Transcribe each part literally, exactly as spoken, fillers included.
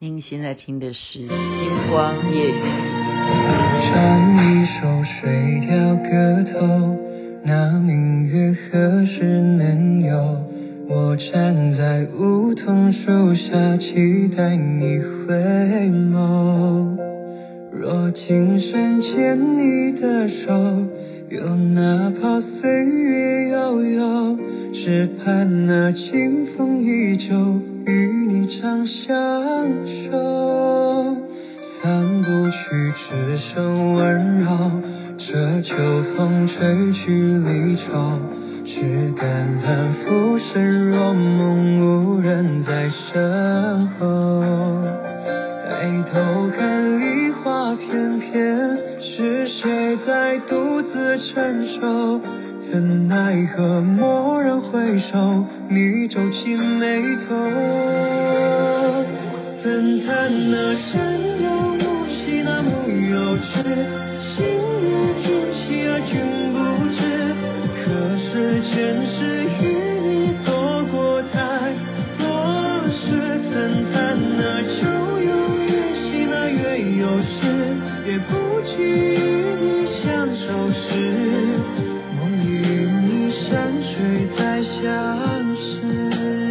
您现在听的是星光夜雨。 唱一首水调歌头，那明月何时能有？我站在梧桐树下，期待你回眸。若今生牵你的手，又哪怕岁月悠悠，只盼那清风依旧，与你长相守。散不去，只剩温柔，这秋风吹去离愁，只感叹浮生若梦，无人在身后。抬头看梨花片片，是谁在独自承受？怎奈何蓦然回首，你皱起眉头。怎叹那山有木兮那木有枝，心有惊喜而君不知。可是前世与你走过太多事，怎叹那秋有月兮那月有时，也不及与你相守时，梦里与你山水再相识。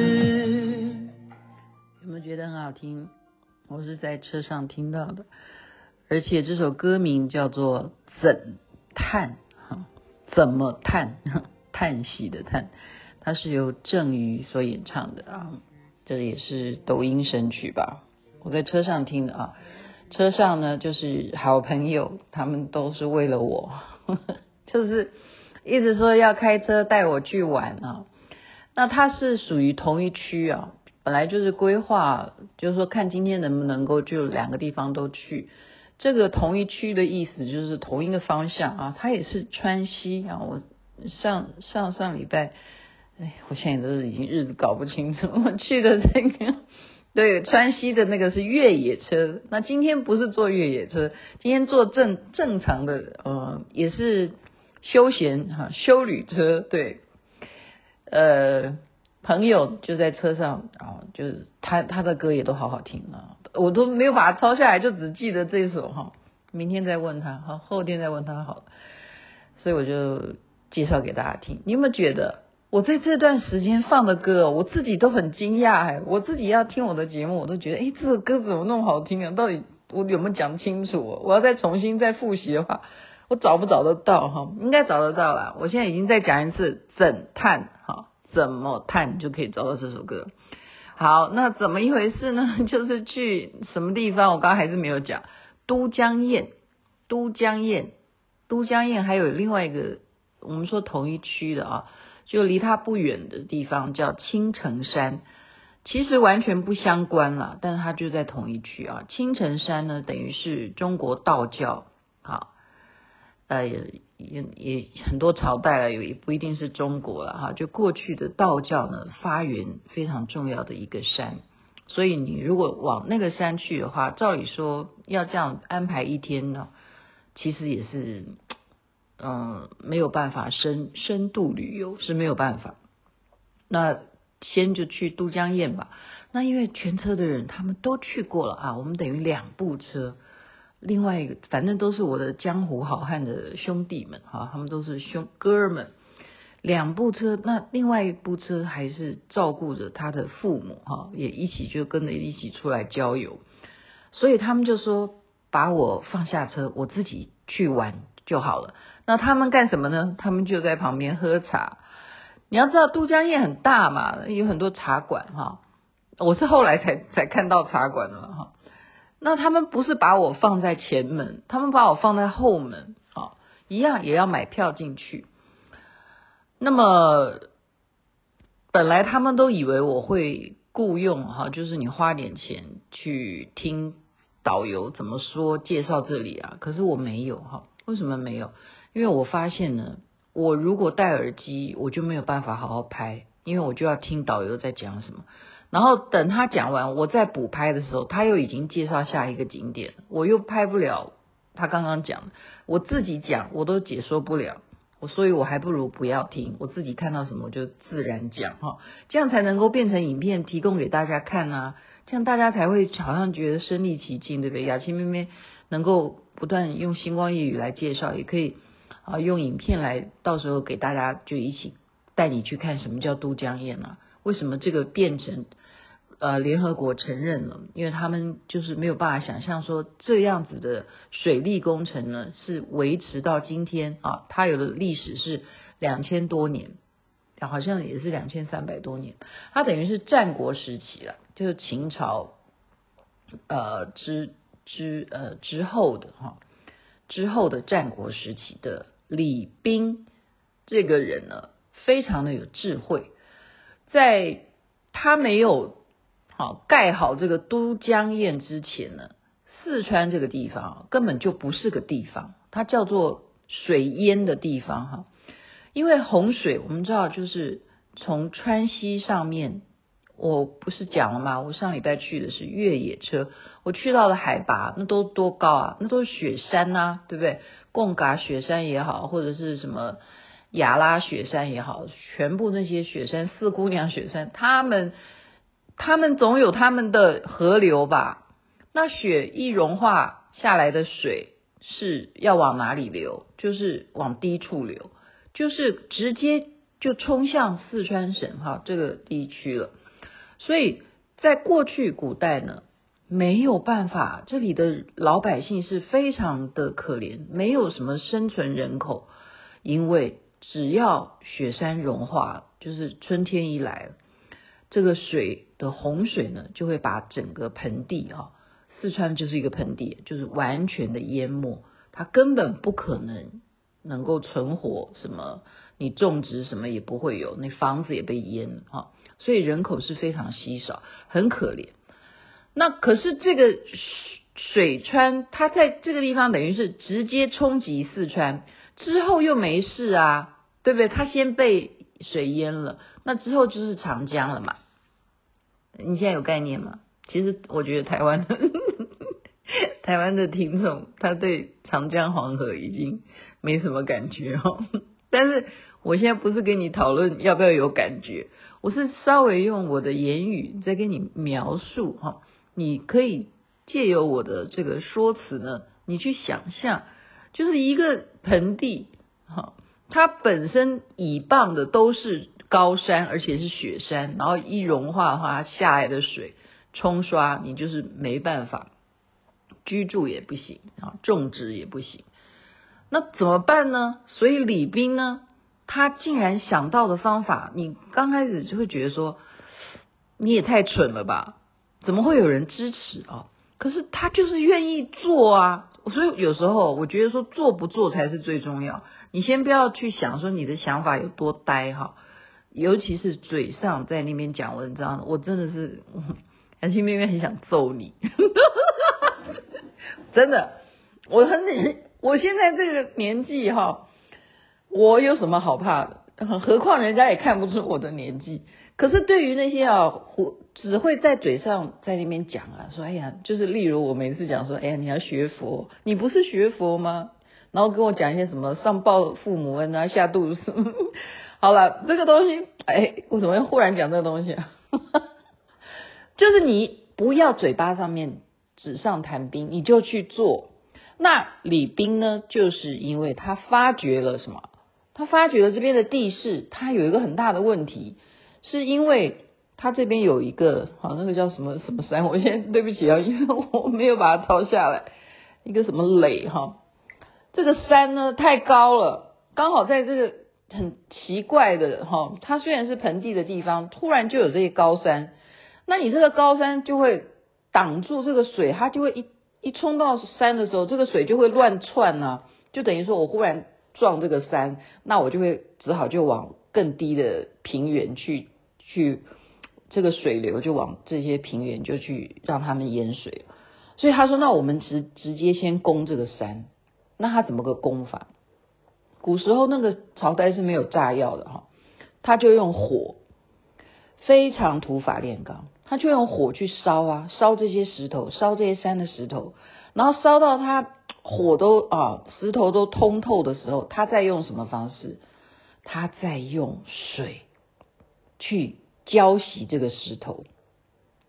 有没有觉得很好听？我是在车上听到的，而且这首歌名叫做怎叹，怎么叹，叹息的叹，它是由郑瑜所演唱的啊，这也是抖音神曲吧，我在车上听的啊。车上呢就是好朋友，他们都是为了我，呵呵，就是一直说要开车带我去玩啊。那它是属于同一区啊，本来就是规划，就是说看今天能不能够就两个地方都去。这个同一区的意思就是同一个方向啊，它也是川西啊。我上上上礼拜，哎，我现在都是已经日子搞不清楚，我去的这个。对，川西的那个是越野车，那今天不是坐越野车，今天坐正正常的，呃，也是休闲哈休旅车。对，呃，朋友就在车上啊，就是他他的歌也都好好听啊，我都没有把它抄下来，就只记得这一首哈，明天再问他，好，后天再问他好了，所以我就介绍给大家听。你有没有觉得？我在这段时间放的歌，我自己都很惊讶哎！我自己要听我的节目，我都觉得，哎，这个歌怎么那么好听啊？到底我有没有讲清楚？我要再重新再复习的话，我找不找得到哈？应该找得到啦。我现在已经再讲一次，怎叹哈，怎么叹你就可以找到这首歌。好，那怎么一回事呢？就是去什么地方？我刚刚还是没有讲。都江堰，都江堰，都江堰还有另外一个，我们说同一区的啊。就离它不远的地方叫青城山，其实完全不相关啦，但是它就在同一区啊。青城山呢，等于是中国道教，好，呃，也也也很多朝代了，也不一定是中国了哈。就过去的道教呢，发源非常重要的一个山，所以你如果往那个山去的话，照理说要这样安排一天呢，其实也是。嗯，没有办法深深度旅游是没有办法。那先就去都江堰吧。那因为全车的人他们都去过了啊，我们等于两部车。另外一个，反正都是我的江湖好汉的兄弟们哈，他们都是兄哥们。两部车，那另外一部车还是照顾着他的父母哈，也一起就跟着一起出来郊游。所以他们就说把我放下车，我自己去玩就好了。那他们干什么呢？他们就在旁边喝茶。你要知道都江堰很大嘛，有很多茶馆哈。我是后来才才看到茶馆的哈。那他们不是把我放在前门，他们把我放在后门啊，一样也要买票进去。那么本来他们都以为我会雇用哈，就是你花点钱去听导游怎么说介绍这里啊，可是我没有哈。为什么没有？因为我发现呢，我如果戴耳机，我就没有办法好好拍，因为我就要听导游在讲什么。然后等他讲完，我再补拍的时候，他又已经介绍下一个景点，我又拍不了他刚刚讲，我自己讲我都解说不了，我所以我还不如不要听，我自己看到什么我就自然讲哈，这样才能够变成影片提供给大家看啊。 这样大家才会好像觉得身临其境，对不对？雅琪妹妹能够不断用星光夜语来介绍，也可以啊用影片来，到时候给大家就一起带你去看什么叫都江堰啊？为什么这个变成呃联合国承认了？因为他们就是没有办法想象说这样子的水利工程呢是维持到今天啊，它有的历史是两千多年。好像也是两千三百多年，它等于是战国时期了，就是秦朝呃之之呃之后的哈之后的战国时期的李冰这个人呢，非常的有智慧，在他没有好盖好这个都江堰之前呢，四川这个地方根本就不是个地方，它叫做水淹的地方哈。因为洪水我们知道就是从川西上面，我不是讲了吗？我上礼拜去的是越野车，我去到的海拔那都多高啊，那都是雪山啊，对不对？贡嘎雪山也好，或者是什么雅拉雪山也好，全部那些雪山，四姑娘雪山，他们他们总有他们的河流吧？那雪一融化下来的水是要往哪里流？就是往低处流，就是直接就冲向四川省哈这个地区了。所以在过去古代呢，没有办法，这里的老百姓是非常的可怜，没有什么生存人口，因为只要雪山融化，就是春天一来，这个水的洪水呢，就会把整个盆地啊，四川就是一个盆地，就是完全的淹没，它根本不可能能够存活什么，你种植什么也不会有，那房子也被淹了啊，所以人口是非常稀少，很可怜。那可是这个水川，它在这个地方等于是直接冲击四川，之后又没事啊，对不对？它先被水淹了，那之后就是长江了嘛。你现在有概念吗？其实我觉得台湾的台湾的听众，他对长江黄河已经没什么感觉哦。但是我现在不是跟你讨论要不要有感觉，我是稍微用我的言语在跟你描述哈。你可以借由我的这个说辞呢，你去想象，就是一个盆地哈，它本身以傍的都是高山，而且是雪山，然后一融化的话，下来的水冲刷，你就是没办法居住也不行啊，种植也不行，那怎么办呢？所以李冰呢，他竟然想到的方法，你刚开始就会觉得说，你也太蠢了吧，怎么会有人支持啊？可是他就是愿意做啊，所以有时候我觉得说做不做才是最重要。你先不要去想说你的想法有多呆哈，尤其是嘴上在那边讲文章，我真的是雅琪妹妹很想揍你，真的，我很我现在这个年纪哈，我有什么好怕的？何况人家也看不出我的年纪。可是对于那些啊，只会在嘴上在那边讲啊，说哎呀，就是例如我每次讲说，哎呀，你要学佛，你不是学佛吗？然后跟我讲一些什么上报父母恩啊，下肚子。好了，这个东西，哎，我怎么忽然讲这个东西啊？就是你不要嘴巴上面纸上谈兵，你就去做。那李冰呢，就是因为他发觉了什么？他发觉了这边的地势，他有一个很大的问题，是因为他这边有一个，好，那个叫什么什么山，我现在对不起啊，因为我没有把它抄下来，一个什么垒哈，这个山呢太高了，刚好在这个很奇怪的哈，它虽然是盆地的地方，突然就有这些高山，那你这个高山就会挡住这个水，它就会一一冲到山的时候，这个水就会乱窜啊，就等于说我忽然撞这个山，那我就会只好就往更低的平原去去，这个水流就往这些平原就去让他们淹水。所以他说那我们直直接先攻这个山，那他怎么个攻法？古时候那个朝代是没有炸药的哈，他就用火，非常土法炼钢，他就用火去烧啊，烧这些石头，烧这些山的石头，然后烧到他火都啊石头都通透的时候，他再用什么方式？他再用水去浇洗这个石头，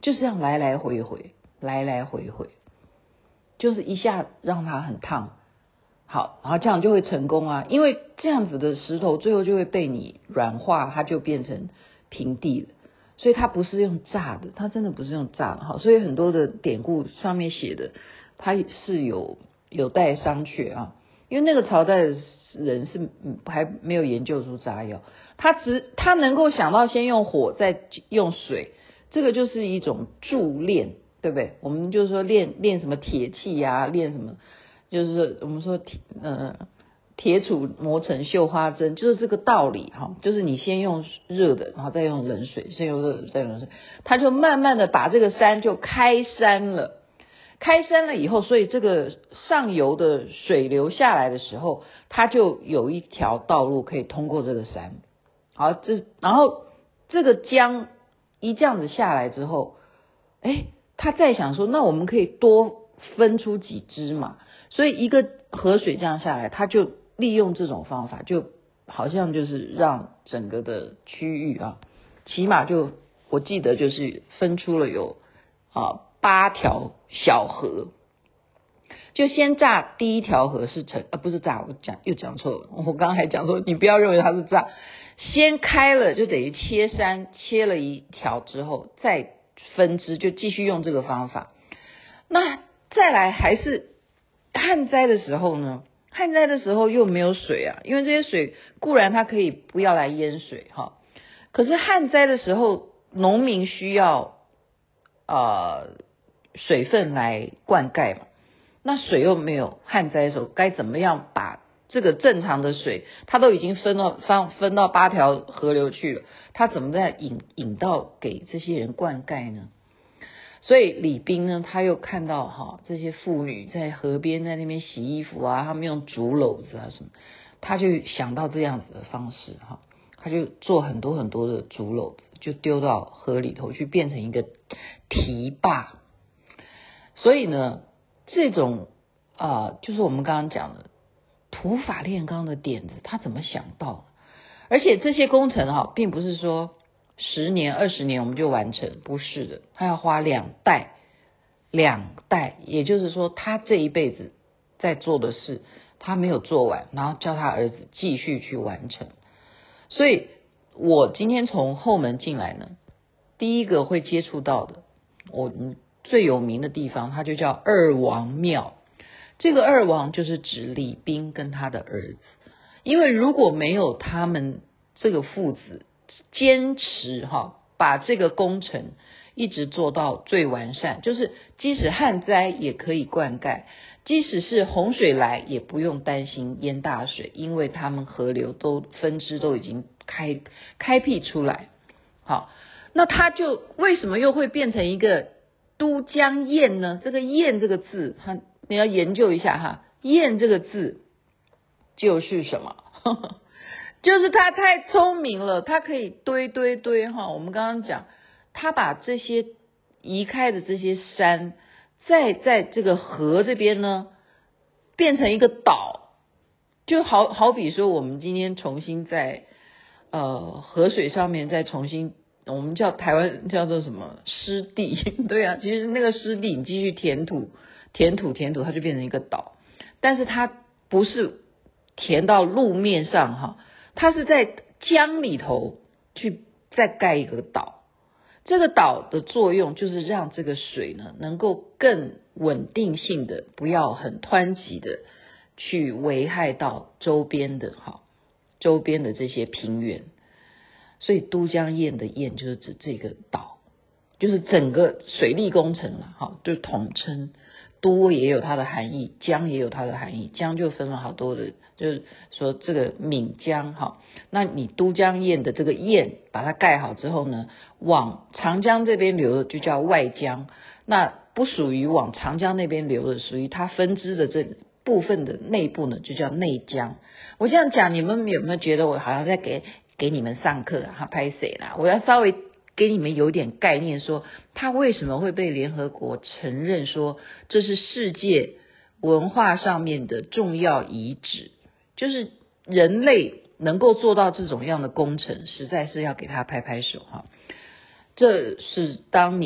就这样来来回回，来来回回，就是一下让它很烫，好，然后这样就会成功啊，因为这样子的石头最后就会被你软化，它就变成平地了。所以它不是用炸的，它真的不是用炸的哈。所以很多的典故上面写的，它是有有待商榷啊。因为那个朝代的人是还没有研究出炸药，他只他能够想到先用火再用水，这个就是一种铸炼，对不对？我们就是说练练什么铁器呀、啊，练什么，就是我们说铁呃铁杵磨成绣花针，就是这个道理哈。就是你先用热的，然后再用冷水，先用热的再用冷水，他就慢慢的把这个山就开山了。开山了以后，所以这个上游的水流下来的时候，它就有一条道路可以通过这个山。好，这然后这个江一这样子下来之后，哎，他再想说，那我们可以多分出几支嘛？所以一个河水这样下来，他就利用这种方法，就好像就是让整个的区域啊，起码就我记得就是分出了有啊。八条小河，就先炸第一条河是成，呃，不是炸，我讲又讲错了，我刚刚还讲说，你不要认为它是炸，先开了就等于切山，切了一条之后再分支，就继续用这个方法。那再来还是旱灾的时候呢？旱灾的时候又没有水啊，因为这些水固然它可以不要来淹水哈，可是旱灾的时候，农民需要呃。水分来灌溉嘛，那水又没有，旱灾的时候该怎么样把这个正常的水，它都已经分到分分到八条河流去了，它怎么再引引到给这些人灌溉呢？所以李冰呢，他又看到哈这些妇女在河边在那边洗衣服啊，他们用竹篓子啊什么，他就想到这样子的方式哈，他就做很多很多的竹篓子，就丢到河里头去，变成一个堤坝。所以呢，这种啊、呃，就是我们刚刚讲的土法炼钢的点子，他怎么想到的？而且这些工程哈，并不是说十年、二十年我们就完成，不是的，他要花两代，两代，也就是说，他这一辈子在做的事，他没有做完，然后叫他儿子继续去完成。所以我今天从后门进来呢，第一个会接触到的，我最有名的地方，它就叫二王庙。这个二王就是指李冰跟他的儿子，因为如果没有他们这个父子坚持哈，把这个工程一直做到最完善，就是即使旱灾也可以灌溉，即使是洪水来也不用担心淹大水，因为他们河流都分支都已经开开辟出来。好，那他就为什么又会变成一个都江堰呢？这个堰这个字，哈，你要研究一下哈。堰这个字就是什么？就是他太聪明了，他可以堆堆堆哈。我们刚刚讲，他把这些移开的这些山，再在这个河这边呢，变成一个岛，就好好比说，我们今天重新在呃河水上面再重新。我们叫台湾叫做什么湿地，对啊，其实那个湿地你继续填土填土填土，它就变成一个岛，但是它不是填到路面上哈，它是在江里头去再盖一个岛。这个岛的作用就是让这个水呢能够更稳定性的，不要很湍急的去危害到周边的哈周边的这些平原。所以都江堰的堰就是指这个岛，就是整个水利工程了，好，就统称。都也有它的含义，江也有它的含义，江就分了好多的，就是说这个岷江哈，那你都江堰的这个堰把它盖好之后呢，往长江这边流的就叫外江，那不属于往长江那边流的，属于它分支的这部分的内部呢，就叫内江。我这样讲，你们有没有觉得我好像在给给你们上课啊？拍谁啦？我要稍微给你们有点概念，说它为什么会被联合国承认说这是世界文化上面的重要遗址，就是人类能够做到这种样的工程，实在是要给他拍拍手哈。这是当年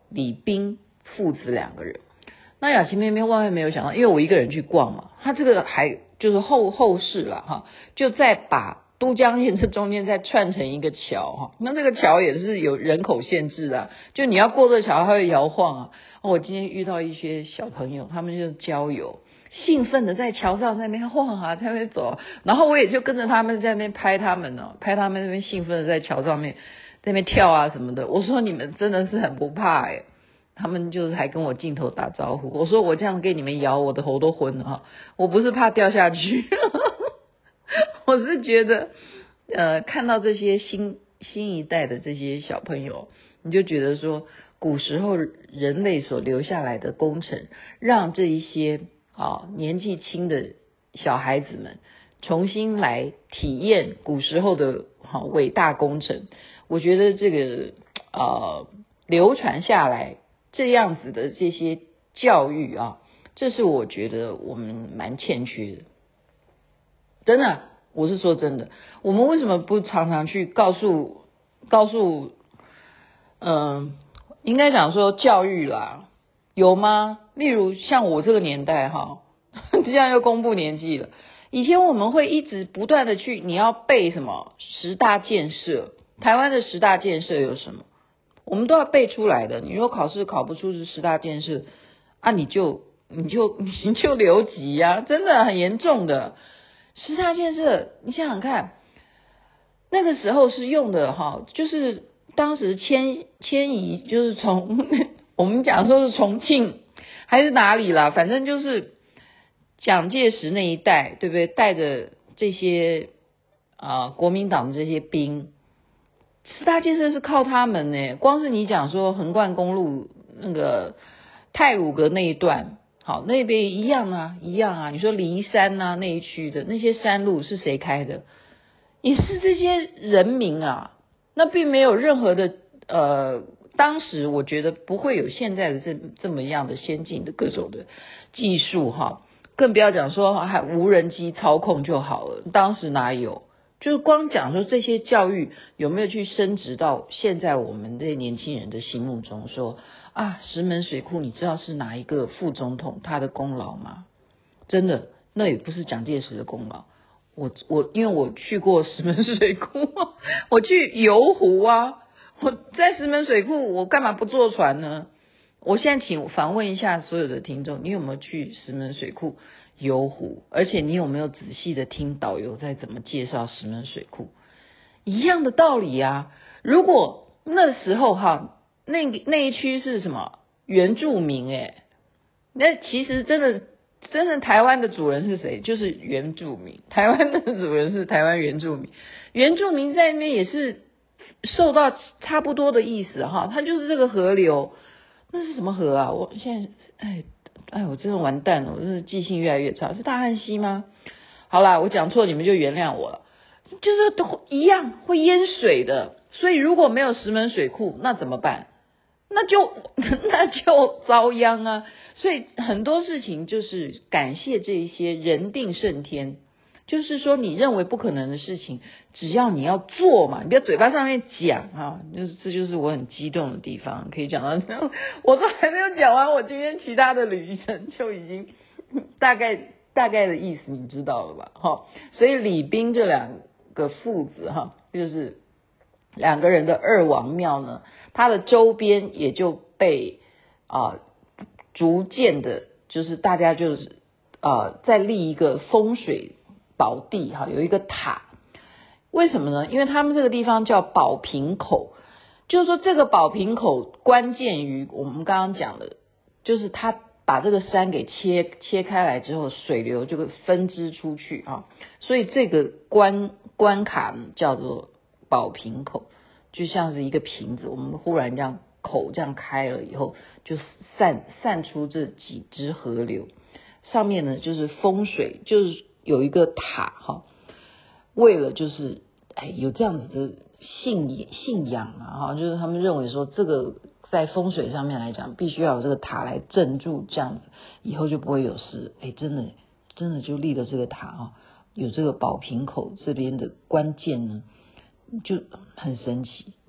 李冰父子两个人。那雅琪妹妹万万没有想到，因为我一个人去逛嘛，她这个还就是后后世了哈，就再把都江堰这中间再串成一个桥哈，那这个桥也是有人口限制的，就你要过这桥它会摇晃啊。哦，我今天遇到一些小朋友，他们就是郊游，兴奋的在桥上在那边晃啊，在那边走，然后我也就跟着他们在那边拍他们呢，拍他们那边兴奋的在桥上面在那边跳啊什么的。我说你们真的是很不怕哎、欸。他们就是还跟我镜头打招呼，我说我这样给你们摇，我的头都昏了哈，我不是怕掉下去，我是觉得，呃，看到这些新新一代的这些小朋友，你就觉得说，古时候人类所留下来的工程，让这一些啊年纪轻的小孩子们重新来体验古时候的好、啊、伟大工程，我觉得这个呃流传下来。这样子的这些教育啊，这是我觉得我们蛮欠缺的，真的，我是说真的。我们为什么不常常去告诉告诉，嗯、呃，应该讲说教育啦，有吗？例如像我这个年代哈，这样又公布年纪了。以前我们会一直不断的去，你要背什么十大建设，台湾的十大建设有什么？我们都要背出来的。你如果考试考不出是十大建设啊，你就你就你就留级呀、啊，真的很严重的。十大建设，你想想看，那个时候是用的哈，就是当时迁迁移，就是从我们讲说是重庆还是哪里啦，反正就是蒋介石那一代，对不对？带着这些啊、呃、国民党的这些兵。十大建设是靠他们呢，光是你讲说横贯公路那个太鲁阁那一段，好那边一样啊，一样啊。你说梨山啊那一区的那些山路是谁开的？也是这些人民啊。那并没有任何的呃，当时我觉得不会有现在的这这么样的先进的各种的技术哈，更不要讲说还无人机操控就好了，当时哪有？就是光讲说这些教育有没有去升值到现在我们这些年轻人的心目中，说啊石门水库你知道是哪一个副总统他的功劳吗？真的那也不是蒋介石的功劳。我我因为我去过石门水库，我去游湖啊，我在石门水库我干嘛不坐船呢？我现在请访问一下所有的听众，你有没有去石门水库游湖？而且你有没有仔细的听导游在怎么介绍石门水库？一样的道理啊。如果那时候哈，那那一区是什么原住民诶、欸，那其实真的真的台湾的主人是谁？就是原住民。台湾的主人是台湾原住民，原住民在那边也是受到差不多的意思哈。它就是这个河流。那是什么河啊？我现在哎哎，我真的完蛋了，我真的记性越来越差。是大汉溪吗？好啦，我讲错，你们就原谅我了。就是都一样会淹水的，所以如果没有石门水库，那怎么办？那就那就遭殃啊！所以很多事情就是感谢这一些人定胜天。就是说你认为不可能的事情，只要你要做嘛，你不要嘴巴上面讲啊，就是这就是我很激动的地方，可以讲到这样，我都还没有讲完我今天其他的旅程就已经大概大概的意思你知道了吧？哈，所以李冰这两个父子哈，就是两个人的二王庙呢，它的周边也就被啊、呃、逐渐的，就是大家就是啊、呃、再立一个风水宝地哈，有一个塔。为什么呢？因为他们这个地方叫宝瓶口，就是说这个宝瓶口关键于我们刚刚讲的，就是它把这个山给切切开来之后，水流就会分支出去啊，所以这个关关卡呢叫做宝瓶口，就像是一个瓶子，我们忽然这样口这样开了以后，就散散出这几支河流，上面呢就是风水，就是有一个塔哈，为了就是哎有这样子的信信仰啊哈，就是他们认为说这个在风水上面来讲，必须要有这个塔来镇住，这样子以后就不会有事。哎，真的真的就立了这个塔啊，有这个宝瓶口这边的关键呢，就很神奇。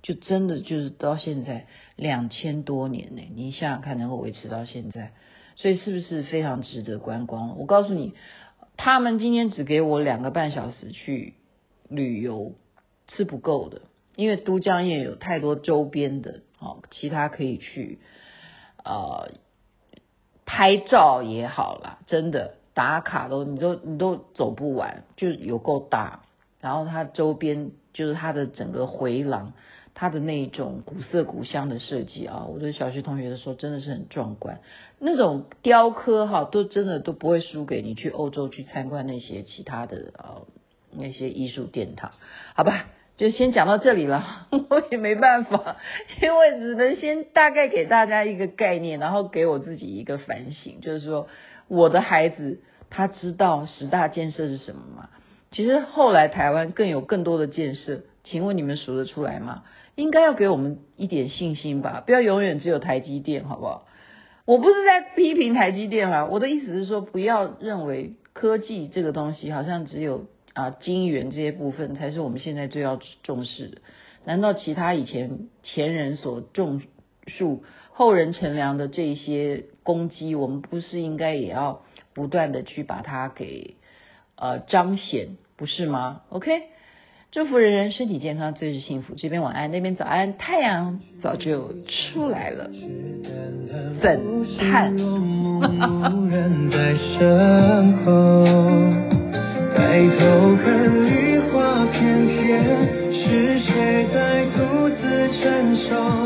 就真的就是到现在两千多年呢，你想想看能够维持到现在，所以是不是非常值得观光？我告诉你，他们今天只给我两个半小时去旅游是不够的，因为都江堰有太多周边的哦，其他可以去呃拍照也好啦，真的打卡都你都你都走不完，就有够大。然后它周边就是它的整个回廊，它的那种古色古香的设计啊，我的小学同学的时候真的是很壮观，那种雕刻哈，都真的都不会输给你去欧洲去参观那些其他的呃那些艺术殿堂，好吧？就先讲到这里了，我也没办法，因为只能先大概给大家一个概念，然后给我自己一个反省，就是说我的孩子他知道十大建设是什么吗？其实后来台湾更有更多的建设，请问你们数得出来吗？应该要给我们一点信心吧，不要永远只有台积电，好不好？我不是在批评台积电啊，我的意思是说，不要认为科技这个东西好像只有啊晶圆这些部分才是我们现在最要重视的。难道其他以前前人所种树、后人乘凉的这些功绩，我们不是应该也要不断的去把它给呃彰显，不是吗 ？OK， 祝福人人身体健康，最是幸福。这边晚安，那边早安，太阳早就出来了。怎叹？在身后，抬头看梨花翩翩，是谁在独自承受？